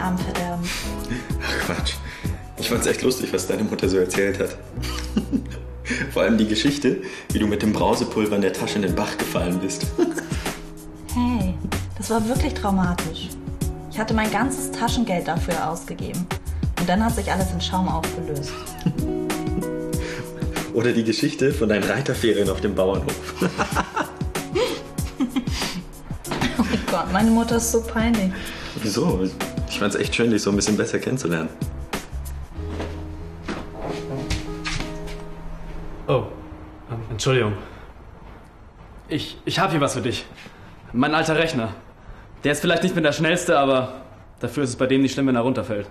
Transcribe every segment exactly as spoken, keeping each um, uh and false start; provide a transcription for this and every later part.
Abend verderben. Ach Quatsch. Ich fand's echt lustig, was deine Mutter so erzählt hat. Vor allem die Geschichte, wie du mit dem Brausepulver in der Tasche in den Bach gefallen bist. Hey, das war wirklich traumatisch. Ich hatte mein ganzes Taschengeld dafür ausgegeben. Und dann hat sich alles in Schaum aufgelöst. Oder die Geschichte von deinen Reiterferien auf dem Bauernhof. Oh mein Gott, meine Mutter ist so peinlich. Wieso? Ich fand's echt schön, dich so ein bisschen besser kennenzulernen. Oh, ähm, Entschuldigung. Ich, ich habe hier was für dich. Mein alter Rechner. Der ist vielleicht nicht mehr der schnellste, aber dafür ist es bei dem nicht schlimm, wenn er runterfällt.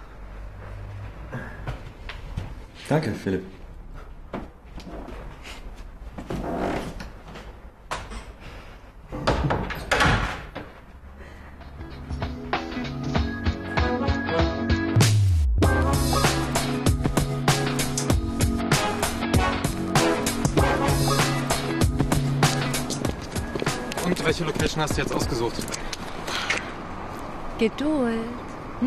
Danke, Philipp. Und welche Location hast du jetzt ausgesucht? Geduld. Hm?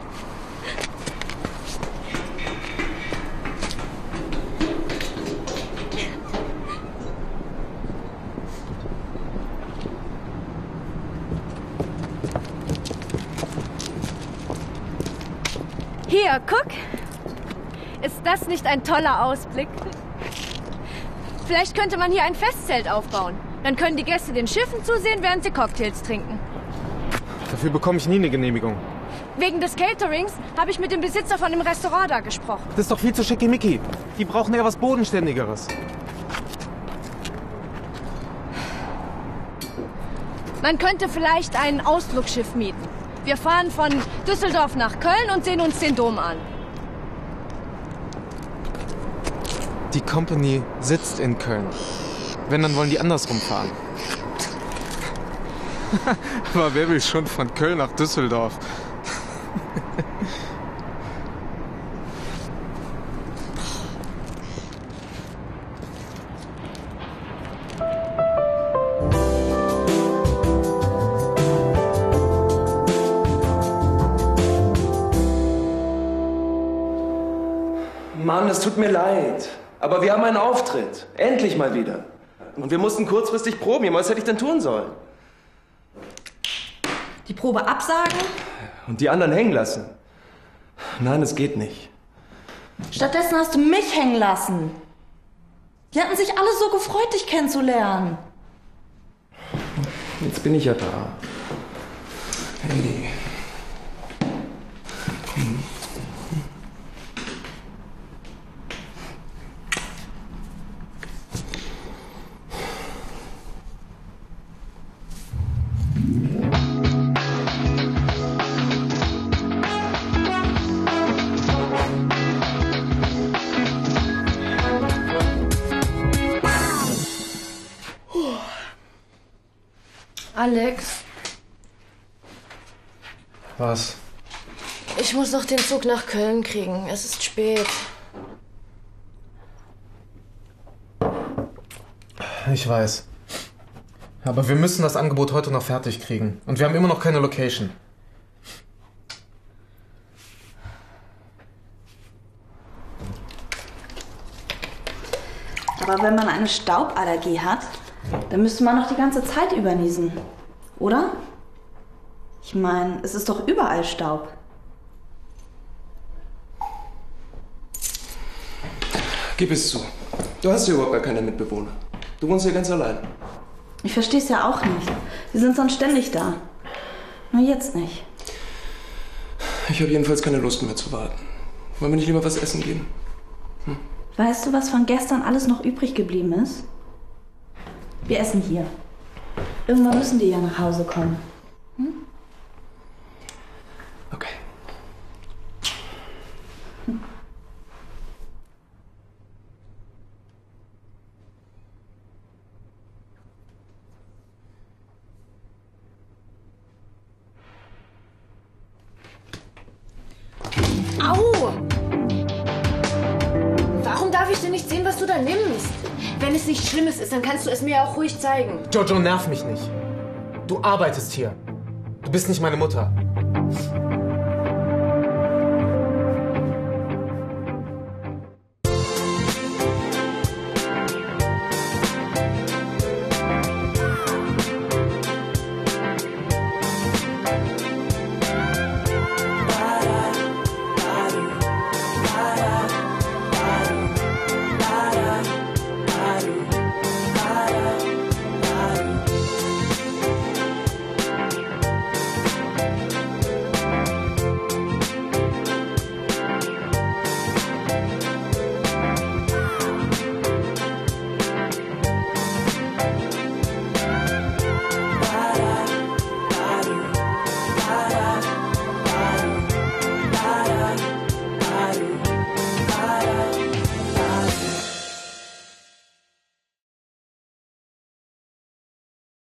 Hier, guck. Ist das nicht ein toller Ausblick? Vielleicht könnte man hier ein Festzelt aufbauen. Dann können die Gäste den Schiffen zusehen, während sie Cocktails trinken. Dafür bekomme ich nie eine Genehmigung. Wegen des Caterings habe ich mit dem Besitzer von dem Restaurant da gesprochen. Das ist doch viel zu schickimicki. Die brauchen eher was Bodenständigeres. Man könnte vielleicht ein Ausflugsschiff mieten. Wir fahren von Düsseldorf nach Köln und sehen uns den Dom an. Die Company sitzt in Köln. Wenn, dann wollen die andersrum fahren. Aber wer will schon von Köln nach Düsseldorf? Mann, es tut mir leid. Aber wir haben einen Auftritt. Endlich mal wieder. Und wir mussten kurzfristig proben. Was hätte ich denn tun sollen? Die Probe absagen? Und die anderen hängen lassen? Nein, es geht nicht. Stattdessen hast du mich hängen lassen. Die hatten sich alle so gefreut, dich kennenzulernen. Jetzt bin ich ja da. Hey. Komm. Alex, Was? ich muss noch den Zug nach Köln kriegen. Es ist spät. Ich weiß. Aber wir müssen das Angebot heute noch fertig kriegen. Und wir haben immer noch keine Location. Aber wenn man eine Stauballergie hat, dann müsste man noch die ganze Zeit überniesen. Oder? Ich meine, es ist doch überall Staub. Gib es zu. Du hast hier überhaupt gar keine Mitbewohner. Du wohnst hier ganz allein. Ich verstehe es ja auch nicht. Sie sind sonst ständig da. Nur jetzt nicht. Ich habe jedenfalls keine Lust mehr zu warten. Wollen wir nicht lieber was essen gehen? Hm? Weißt du, was von gestern alles noch übrig geblieben ist? Wir essen hier. Irgendwann müssen die ja nach Hause kommen. Hm? Okay. Hm. Au! Warum darf ich denn nicht sehen, was du da nimmst? Wenn es nichts Schlimmes ist, dann kannst du es mir auch ruhig zeigen. Jojo, nerv mich nicht. Du arbeitest hier. Du bist nicht meine Mutter.